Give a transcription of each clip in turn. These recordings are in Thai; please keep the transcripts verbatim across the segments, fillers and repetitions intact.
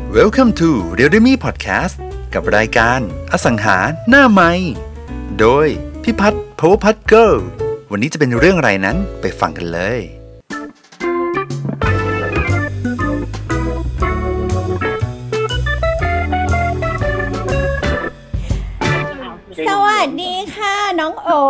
Welcome to Realme Podcast กับรายการอสังหาหน้าใหม่โดยพี่พัฒน์ Power Pad Girl วันนี้จะเป็นเรื่องอะไรนั้นไปฟังกันเลยสวัสดีค่ะน้องโอ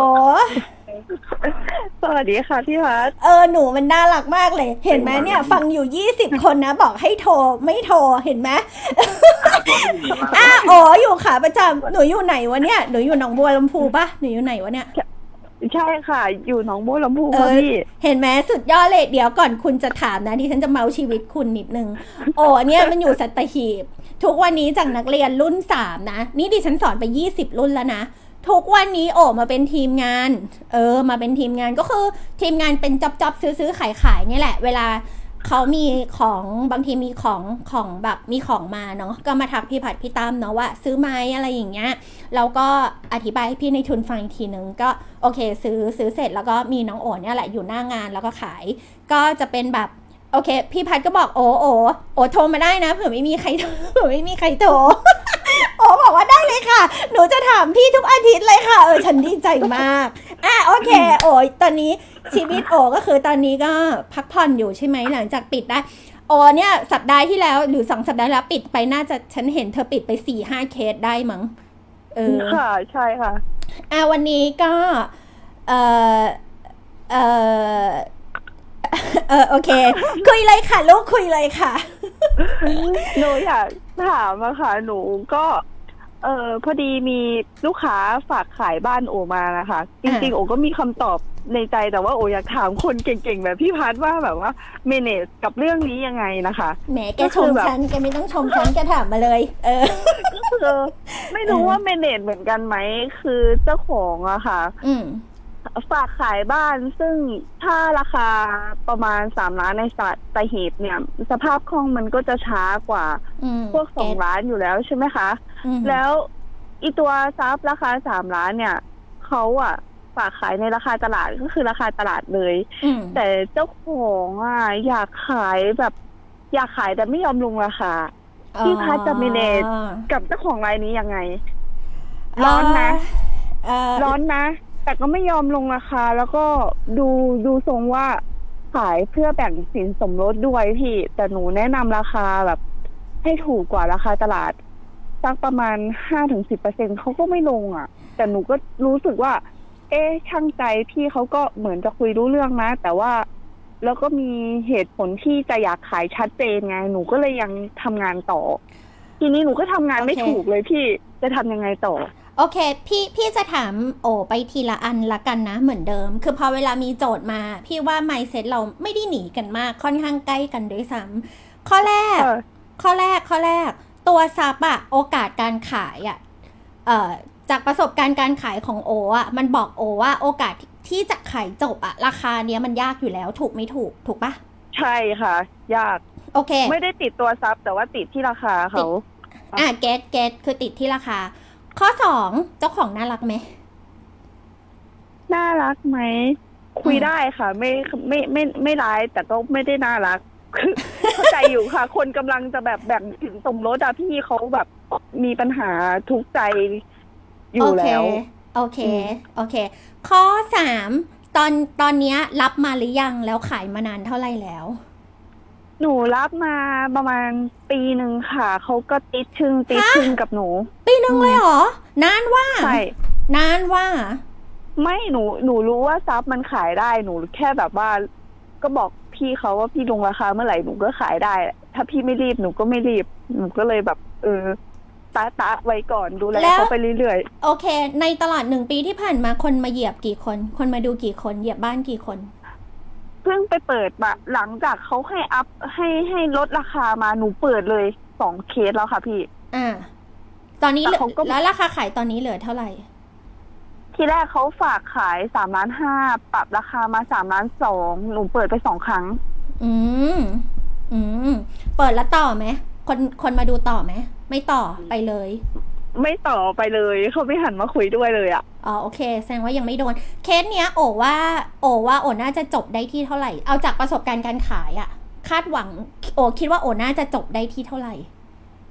สวัสดีค่ะพี่พัฒน์เออหนูมันน่ารักมากเลยเห็นไหมเนี่ยฟังอยู่ยี่สิบคนนะบอกให้โทรไม่โทรเห็นไหม อ่ะโออยู่ค่ะประจำหนูอยู่ไหนวะเนี่ยหนูอยู่หนองบัวลำพูปะหนูอยู่ไหนวะเนี่ยใช่ค่ะอยู่หนองบัวลำพูค่ะพี่เห็นไหมสุดยอดเลยเดี๋ยวก่อนคุณจะถามนะดิฉันจะเมาชีวิตคุณนิดนึงโอ้เนี่ยมันอยู่สัตหีบทุกวันนี้จากนักเรียนรุ่นสามนะนี่ดิฉันสอนไปยี่สิบรุ่นแล้วนะทุกวันนี้โอ้มาเป็นทีมงานเออมาเป็นทีมงานก็คือทีมงานเป็นจ๊อบๆซื้อๆขายๆนี่แหละเวลาเขามีของบางทีมีของของแบบมีของมาเนาะก็มาทักพี่ผัดพี่ตั้มเนาะว่าซื้อไหมอะไรอย่างเงี้ยแล้วก็อธิบายให้พี่ในทุนฟังอีกทีนึงก็โอเคซื้อซื้อเสร็จแล้วก็มีน้องโอ๋เนี่ยแหละอยู่หน้างานแล้วก็ขายก็จะเป็นแบบโอเคพี่พัดก็บอกโอ้โอ้โอ้โทรมาได้นะเผื่อไม่มีใครเผื่อไม่มีใครโทร โอ้บอกว่าได้เลยค่ะหนูจะถามพี่ทุกอาทิตย์เลยค่ะเออฉันดีใจมากอ่ะโอเคโอ้ยตอนนี้ชีวิตโอก็คือตอนนี้ก็พักผ่อนอยู่ใช่ไหมหลังจากปิดได้โอเนี่ยสัปดาห์ที่แล้วหรือสองสัปดาห์แล้วปิดไปน่าจะฉันเห็นเธอปิดไป สี่ห้า เคสได้มั้งเออค่ะใช่ค่ะอ่ะวันนี้ก็เออเออเออโอเคคุยเลยค่ะลูกคุยเลยค่ะหนูอยากถามอะค่ะหนูก็เออพอดีมีลูกค้าฝากขายบ้านโอมานะคะจริงๆโอก็มีคำตอบในใจแต่ว่าโออยากถามคนเก่งๆแบบพี่พัฒน์ว่าแบบว่าเมเนจกับเรื่องนี้ยังไงนะคะแหมแกชมฉันแกไม่ต้องชมฉันแกถามมาเลยเออก็คือไม่รู้ว่าเมเนจเหมือนกันไหมคือเจ้าของอะค่ะฝากขายบ้านซึ่งถ้าราคาประมาณสามล้านในสัตหีบเนี่ยสภาพคล่องมันก็จะช้ากว่าพวกสองล้านอยู่แล้วใช่ไหมคะแล้วอีตัวซับราคาสามล้านเนี่ยเขาอะฝากขายในราคาตลาดก็คือราคาตลาดเลยแต่เจ้าของอะอยากขายแบบอยากขายแต่ไม่ยอมลงราคาพี่พัฒน์จะเมเนจกับเจ้าของรายนี้ยังไงร้อนนะร้อนนะแต่ก็ไม่ยอมลงราคาแล้วก็ดูดูทรงว่าขายเพื่อแบ่งสินสมรสด้วยพี่แต่หนูแนะนำราคาแบบให้ถูกกว่าราคาตลาดสักประมาณ ห้าถึงสิบเปอร์เซ็นต์ เขาก็ไม่ลงอ่ะแต่หนูก็รู้สึกว่าเอ๊ะช่างใจพี่เขาก็เหมือนจะคุยรู้เรื่องนะแต่ว่าแล้วก็มีเหตุผลที่จะอยากขายชัดเจนไงหนูก็เลยยังทำงานต่อทีนี้หนูก็ทำงาน okay. ไม่ถูกเลยพี่จะทำยังไงต่อโอเคพี่พี่จะถามโอไปทีละอันละกันนะเหมือนเดิมคือพอเวลามีโจทย์มาพี่ว่า mindset เราไม่ได้หนีกันมากค่อนข้างใกล้กันด้วยซ้ำข้อแรกข้อแรกข้อแรกตัวซับอะโอกาสการขายอะเอ่อจากประสบการณ์การขายของโออะมันบอกโอว่าโอกาสที่จะขายจบอะราคาเนี้ยมันยากอยู่แล้วถูกไม่ถูกถูกปะใช่ค่ะยากโอเคไม่ได้ติดตัวซับแต่ว่าติดที่ราคาเขาอ่ะเกตเกตคือติดที่ราคาข้อสองเจ้าของน่ารักไหมน่ารักไหมคุยได้ค่ะไม่ไม่ไม่ไม่ร้ายแต่ก็ไม่ได้น่ารักเข้าใจอยู่ค่ะคนกำลังจะแบบแบ่งสินสมรสอะพี่เขาแบบมีปัญหาทุกข์ใจอยู่แล้วโอเคโอเคข้อสามตอนตอนนี้รับมาหรือยังแล้วขายมานานเท่าไหร่แล้วหนูรับมาประมาณปีหนึ่งค่ะเขาก็ติดชึ่งติดชึ่งกับหนูปีหนึ่งเลยเหรอนานว่าใช่นานว่าไม่หนูหนูรู้ว่าซับมันขายได้หนูแค่แบบว่าก็บอกพี่เขาว่าพี่ลงราคาเมื่อไหร่หนูก็ขายได้ถ้าพี่ไม่รีบหนูก็ไม่รีบหนูก็เลยแบบเออตาตาไว้ก่อนดูแลเขาไปเรื่อยๆโอเคในตลอดหนึ่งปีที่ผ่านมาคนมาเหยียบกี่คนคนมาดูกี่คนเหยียบบ้านกี่คนเพิ่งไปเปิดมาหลังจากเขาให้อัพให้ให้ลดราคามาหนูเปิดเลยสองเคสแล้วค่ะพี่อ่าตอนนี้แล้วราคาขายตอนนี้เหลือเท่าไหร่ทีแรกเขาฝากขายสามล้านห้าปรับราคามาสามล้านสองหนูเปิดไปสองครั้งอืมอืมเปิดแล้วต่อไหมคนคนมาดูต่อไหมไม่ต่อไปเลยไม่ต่อไปเลยเขาไม่หันมาคุยด้วยเลยอ่ะอ๋อโอเคแสดงว่ายังไม่โดนเคสเนี้ยโอว่าโอว่าโอน่าจะจบได้ที่เท่าไหร่เอาจากประสบการณ์การขายอะคาดหวังโอคิดว่าโอน่าจะจบได้ที่เท่าไหร่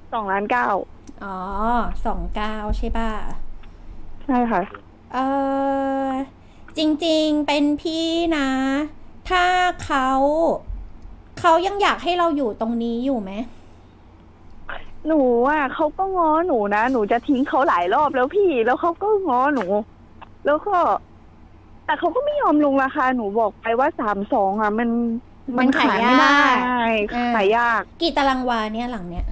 สองล้านเก้าอ๋อสองเก้าใช่ป่ะใช่ค่ะเออจริงๆเป็นพี่นะถ้าเขาเขายังอยากให้เราอยู่ตรงนี้อยู่ไหมหนูอ่ะเขาก็ง้อหนูนะหนูจะทิ้งเขาหลายรอบแล้วพี่แล้วเขาก็ง้อหนูแล้วก็แต่เขาก็ไม่ยอมลงราคาหนูบอกไปว่าสามสองอ่ะมันมันขายไม่ได้ขายยากกี่ตารางวาเนี่ยหลังเนี้ย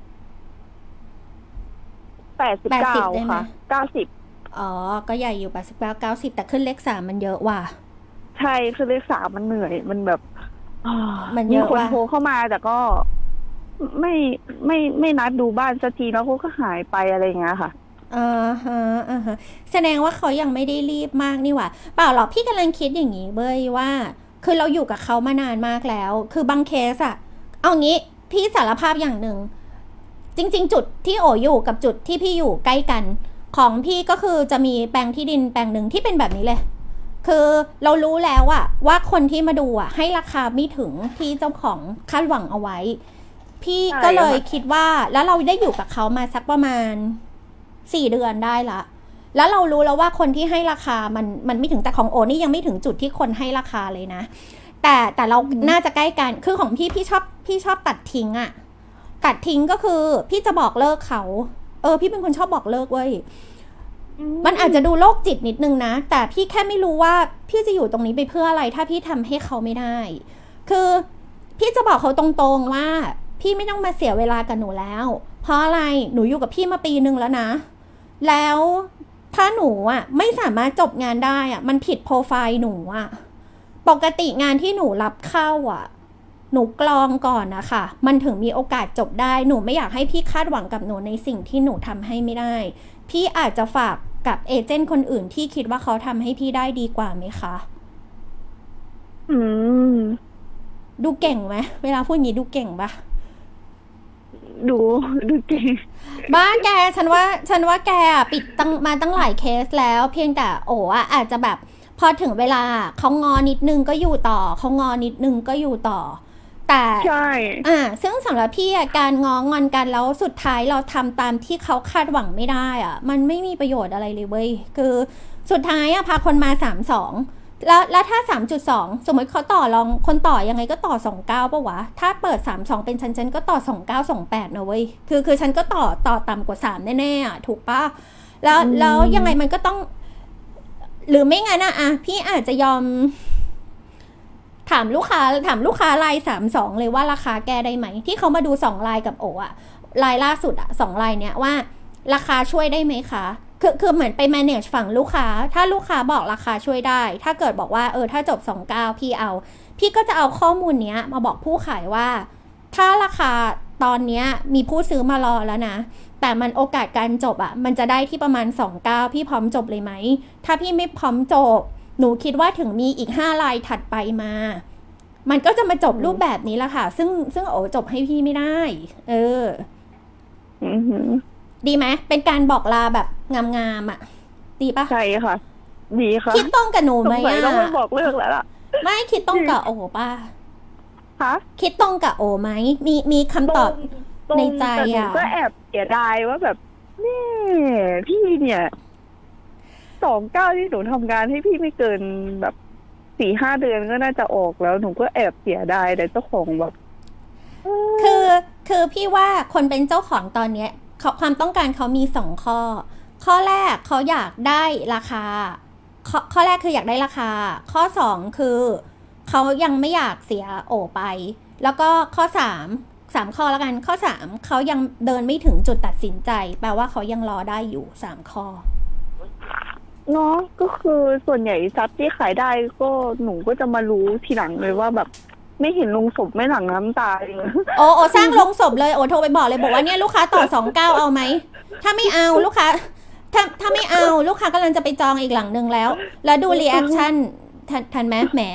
แปดสิบเก้าค่ะเก้าสิบอ๋อก็ใหญ่อยู่แปดสิบเก้าเก้าสิบแต่ขึ้นเลขสามมันเยอะว่ะใช่ขึ้นเลขสามมันเหนื่อยมันแบบมันเยอะว่ะมีคนโทรเข้ามาแต่ก็ไม่ไม่ไม่นัดดูบ้านสักทีแล้วเขาก็หายไปอะไรอย่างเงี้ยค่ะอ่าฮะอ่าฮะแสดงว่าเขายังไม่ได้รีบมากนี่หว่าเปล่าหรอกพี่กำลังคิดอย่างนี้เบ้ยว่าคือเราอยู่กับเขามานานมากแล้วคือบางเคสอะเอางี้พี่สารภาพอย่างหนึ่งจริงๆจุดที่โออยู่กับจุดที่พี่อยู่ใกล้กันของพี่ก็คือจะมีแปลงที่ดินแปลงหนึ่งที่เป็นแบบนี้เลยคือเรารู้แล้วอะว่าคนที่มาดูอะให้ราคาไม่ถึงที่เจ้าของคาดหวังเอาไว้พี่ก็เลยคิดว่าแล้วเราได้อยู่กับเขามาสักประมาณสี่เดือนได้ละแล้วเรารู้แล้วว่าคนที่ให้ราคามันมันไม่ถึงแต่ของโอนี่ยังไม่ถึงจุดที่คนให้ราคาเลยนะแต่แต่เราน่าจะใกล้กันคือของพี่พี่ชอบพี่ชอบตัดทิ้งอะตัดทิ้งก็คือพี่จะบอกเลิกเขาเออพี่เป็นคนชอบบอกเลิกเว้ยมันอาจจะดูโรคจิตนิดนึงนะแต่พี่แค่ไม่รู้ว่าพี่จะอยู่ตรงนี้ไปเพื่ออะไรถ้าพี่ทำให้เขาไม่ได้คือพี่จะบอกเขาตรงๆว่าพี่ไม่ต้องมาเสียเวลากับหนูแล้วเพราะอะไรหนูอยู่กับพี่มาปีนึงแล้วนะแล้วถ้าหนูอ่ะไม่สามารถจบงานได้อ่ะมันผิดโปรไฟล์หนูอ่ะปกติงานที่หนูรับเข้าอ่ะหนูกรองก่อนนะคะมันถึงมีโอกาสจบได้หนูไม่อยากให้พี่คาดหวังกับหนูในสิ่งที่หนูทำให้ไม่ได้พี่อาจจะฝากกับเอเจนต์คนอื่นที่คิดว่าเขาทำให้พี่ได้ดีกว่าไหมคะอืมดูเก่งไหมเวลาพูดอย่างนี้ดูเก่งปะดูดูเก่งบ้านแกฉันว่าฉันว่าแกปิดตั้งมาตั้งหลายเคสแล้วเพียงแต่โอ้อะอาจจะแบบพอถึงเวลาเขางอนิดนึงก็อยู่ต่อเขางอนิดนึงก็อยู่ต่อแต่ใช่อ่าซึ่งสำหรับพี่อะการงองอนกันแล้วสุดท้ายเราทำตามที่เขาคาดหวังไม่ได้อะมันไม่มีประโยชน์อะไรเลยเว้ยคือสุดท้ายอะพาคนมาสามสองแล้วแล้วถ้า สามจุดสอง สมมติเขาต่อรองคนต่อยังไงก็ต่อสองสิบเก้าป่ะวะถ้าเปิดสามสิบสองเป็นฉันฉันก็ต่อสองสิบเก้า สองสิบแปดนะเว้ยคือคือฉันก็ต่อต่อต่ำกว่าสามแน่ๆอ่ะถูกป่ะแล้วแล้วยังไงมันก็ต้องหรือไม่งั้นอ่ะอ่ะพี่อาจจะยอมถามลูกค้าถามลูกค้ารายสามสิบสองเลยว่าราคาแก้ได้ไหมที่เขามาดูสองรายกับโออ่ะรายล่าสุดอ่ะสองรายเนี้ยว่าราคาช่วยได้ไหมคะคือคือเหมือนไป manage ฝั่งลูกค้าถ้าลูกค้าบอกราคาช่วยได้ถ้าเกิดบอกว่าเออถ้าจบสองสิบเก้าพี่เอาพี่ก็จะเอาข้อมูลเนี้ยมาบอกผู้ขายว่าถ้าราคาตอนเนี้ยมีผู้ซื้อมารอแล้วนะแต่มันโอกาสการจบอ่ะมันจะได้ที่ประมาณสองสิบเก้าพี่พร้อมจบเลยไหมถ้าพี่ไม่พร้อมจบหนูคิดว่าถึงมีอีกห้ารายถัดไปมามันก็จะมาจบรูปแบบนี้ละค่ะซึ่งซึ่งโอ้จบให้พี่ไม่ได้เอออือหือดีไหมเป็นการบอกลาแบบงามๆอ่ะดีปะใช่ค่ะดีค่ะคิดต้องกับหนูไหมอ่ะต้องไม่บอกเลิกแล้วล่ะไม่คิดต้องกับโอ้ป่ะฮะคิดต้องกับโอ้ไหมมีมีคำตอบในใจอ่ะก็แอบเสียดายว่าแบบนี่พี่เนี่ยสองเก้าที่หนูทำงานให้พี่ไม่เกินแบบสี่ห้าเดือนก็น่าจะออกแล้วหนูก็แอบเสียดายแต่เจ้าของแบบคือคือพี่ว่าคนเป็นเจ้าของตอนเนี้ยความต้องการเขามีสองข้อข้อแรกเขาอยากได้ราคาข้อข้อแรกคืออยากได้ราคาข้อสองคือเขายังไม่อยากเสียโอไปแล้วก็ข้อสามสามข้อแล้วกันข้อสามเขายังเดินไม่ถึงจุดตัดสินใจแปลว่าเขายังรอได้อยู่สามข้อเนาะก็คือส่วนใหญ่ทรัพย์ที่ขายได้ก็หนูก็จะมารู้ทีหลังเลยว่าแบบไม่เห็นลงศพไม่หลั่งน้ำตาเลยโอ้โอสร้างลงศพเลยโอโทรไปบอกเลยบอกว่าเนี่ยลูกค้าต่อสองสิบเก้าเอาไหมถ้าไม่เอาลูกค้าถ้าถ้าไม่เอาลูกค้ากำลังจะไปจองอีกหลังนึงแล้วแล้วดูรีแอคชั่นทันทันไหมแหม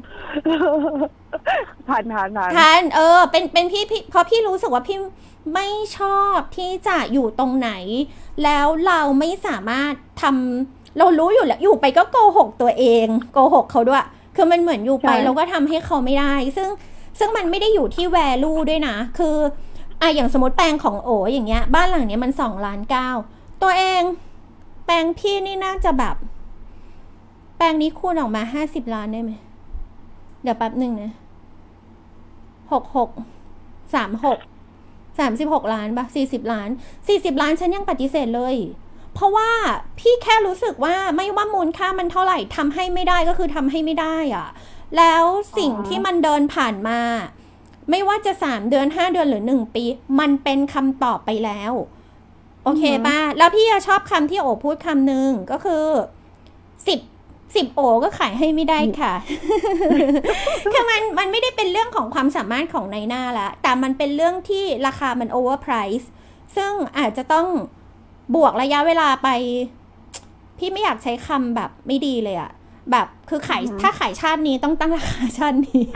ทันทันทันทันเออเป็นเป็นพี่พี่เพราะพี่รู้สึกว่าพี่ไม่ชอบที่จะอยู่ตรงไหนแล้วเราไม่สามารถทำเรารู้อยู่แล้วอยู่ไปก็โกหกตัวเองโกหกเขาด้วยคือมันเหมือนอยู่ไปเราก็ทำให้เขาไม่ได้ซึ่งซึ่งมันไม่ได้อยู่ที่ value ด้วยนะคืออ่ะอย่างสมมติแปลงของโออย่างเงี้ยบ้านหลังเนี้ยมันสองล้านเก้าตัวเองแปลงพี่นี่น่าจะแบบแปลงนี้คูณออกมาห้าสิบล้านได้ไหมเดี๋ยวแป๊บหนึ่งนะหกหกสามหกสามสิบหกล้านป่ะสี่สิบล้านสี่สิบล้านฉันยังปฏิเสธเลยเพราะว่าพี่แค่รู้สึกว่าไม่ว่ามูลค่ามันเท่าไหร่ทำให้ไม่ได้ก็คือทำให้ไม่ได้อ่ะแล้วสิ่งที่มันเดินผ่านมาไม่ว่าจะสามเดือนห้าเดือนหรือหนึ่งปีมันเป็นคำตอบไปแล้วโอเคป่ะแล้วพี่ชอบคำที่โอพูดคำหนึ่งก็คือสิบสิบโอก็ขายให้ไม่ได้ค่ะ คือมันมันไม่ได้เป็นเรื่องของความสามารถของนายหน้าละแต่มันเป็นเรื่องที่ราคามันโอเวอร์ไพรซ์ซึ่งอาจจะต้องบวกระยะเวลาไปพี่ไม่อยากใช้คำแบบไม่ดีเลยอะแบบคือขายถ้าขายชาตินี้ต้องตั้งราคาชาตินี้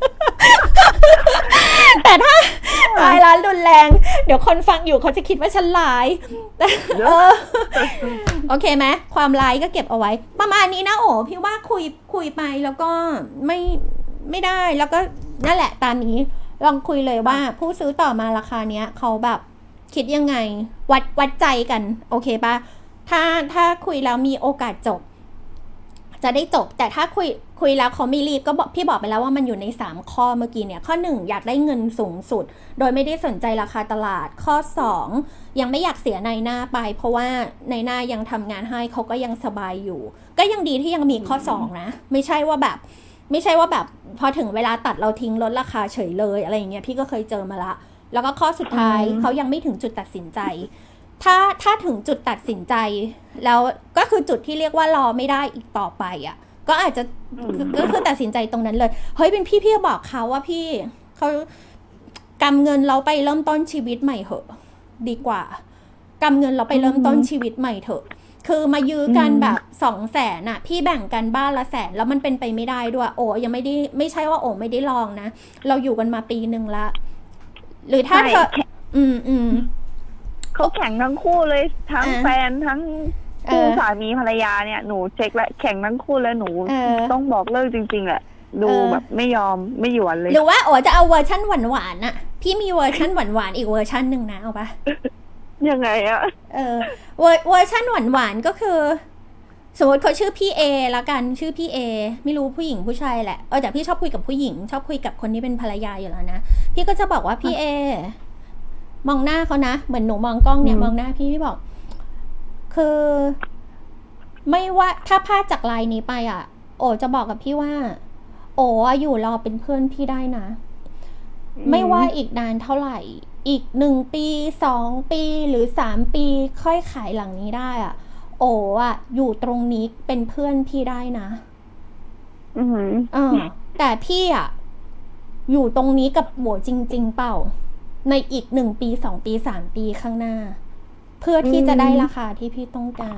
แต่ถ้าตายร้านรุนแรงเดี๋ยวคนฟังอยู่เขาจะคิดว่าฉันร้ายเออโอเคไหมความร้ายก็เก็บเอาไว้ประมาณนี้นะโอ้พี่ว่าคุยคุยไปแล้วก็ไม่ไม่ได้แล้วก็นั่นแหละตามนี้ลองคุยเลยว่าผู้ซื้อต่อมาราคาเนี้ยเขาแบบคิดยังไงวัดวัดใจกันโอเคป่ะถ้าถ้าคุยแล้วมีโอกาสจบจะได้จบแต่ถ้าคุยคุยแล้วเขาไม่รีบก็บอกพี่บอกไปแล้วว่ามันอยู่ในสามข้อเมื่อกี้เนี่ยข้อหนึ่งอยากได้เงินสูงสุดโดยไม่ได้สนใจราคาตลาดข้อสองยังไม่อยากเสียนายหน้าไปเพราะว่านายหน้ายังทำงานให้เขาก็ยังสบายอยู่ก็ยังดีที่ยังมีข้อสองนะไม่ใช่ว่าแบบไม่ใช่ว่าแบบพอถึงเวลาตัดเราทิ้งลดราคาเฉยเลยอะไรอย่างเงี้ยพี่ก็เคยเจอมาละแล้วก็ข้อสุดท้ายเขายังไม่ถึงจุดตัดสินใจถ้าถ้าถึงจุดตัดสินใจแล้วก็คือจุดที่เรียกว่ารอไม่ได้อีกต่อไปอ่ะก็อาจจะก็คือตัดสินใจตรงนั้นเลยเฮ้ยเป็นพี่พี่บอกเขาว่าพี่เขากำเงินเราไปเริ่มต้นชีวิตใหม่เถอะดีกว่ากำเงินเราไปเริ่มต้นชีวิตใหม่เถอะคือมายื้อกันแบบสองแสนน่ะพี่แบ่งกันบ้านละแสนแล้วมันเป็นไปไม่ได้ด้วยโอ้ยังไม่ได้ไม่ใช่ว่าโอ้ไม่ได้ลองนะเราอยู่กันมาปีนึงละหรือถ้าเธออืมอืมเขาแข่งทั้งคู่เลยทั้งแฟนทั้งคู่สามีภรรยาเนี่ยหนูเช็คและแข่งทั้งคู่แล้วหนูต้องบอกเลิกจริงๆแหละดูแบบไม่ยอมไม่หยวนเลยหรือว่าโอ้จะเอาเวอร์ชั่นหวานๆน่ะพี่มีเวอร์ชั่นหวานๆอีกเวอร์ชั่นหนึ่งนะเอาปะยังไงอะเออเวอร์เวอร์ชั่นหวานๆก็คือสมมติเขาชื่อพี่เอแล้วกันชื่อพี่เอไม่รู้ผู้หญิงผู้ชายแหละเออแต่พี่ชอบคุยกับผู้หญิงชอบคุยกับคนที่เป็นภรรยาอยู่แล้วนะพี่ก็จะบอกว่าพี่เอมองหน้าเขานะเหมือนหนูมองกล้องเนี่ยมองหน้าพี่พี่บอกคือไม่ว่าถ้าพลาดจากไลน์นี้ไปอ่ะโอจะบอกกับพี่ว่าโออยู่รอเป็นเพื่อนพี่ได้นะไม่ว่าอีกนานเท่าไหร่อีกหนึ่งปีสองปีหรือสามปีค่อยขายหลังนี้ได้อ่ะโออ่ะอยู่ตรงนี้เป็นเพื่อนพี่ได้นะอือหือเออแต่พี่อ่ะอยู่ตรงนี้กับโบจริงๆเปล่าในอีกหนึ่งปีสองปีสามปีข้างหน้าเพื่อที่จะได้ราคาที่พี่ต้องการ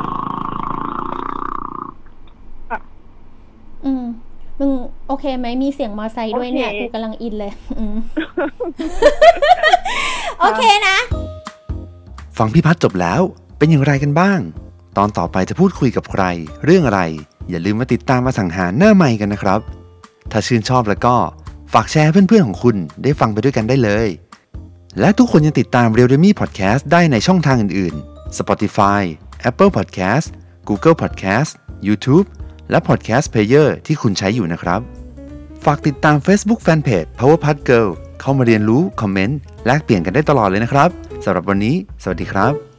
อืมมึงโอเคไหมมีเสียงมอไซค์ด้วยเนี่ยกูกำลังอินเลยอืม โอเคนะฟังพี่พัดจบแล้วเป็นอย่างไรกันบ้างตอนต่อไปจะพูดคุยกับใครเรื่องอะไรอย่าลืมมาติดตามอสังหาหน้าใหม่กันนะครับถ้าชื่นชอบแล้วก็ฝากแชร์เพื่อนๆของคุณได้ฟังไปด้วยกันได้เลยและทุกคนยังติดตาม Realme Podcast ได้ในช่องทางอื่นๆ Spotify, Apple Podcast, Google Podcast, YouTube และ Podcast Player ที่คุณใช้อยู่นะครับฝากติดตาม Facebook Fanpage Powerpuff Girl เข้ามาเรียนรู้คอมเมนต์แลกเปลี่ยนกันได้ตลอดเลยนะครับสำหรับวันนี้สวัสดีครับ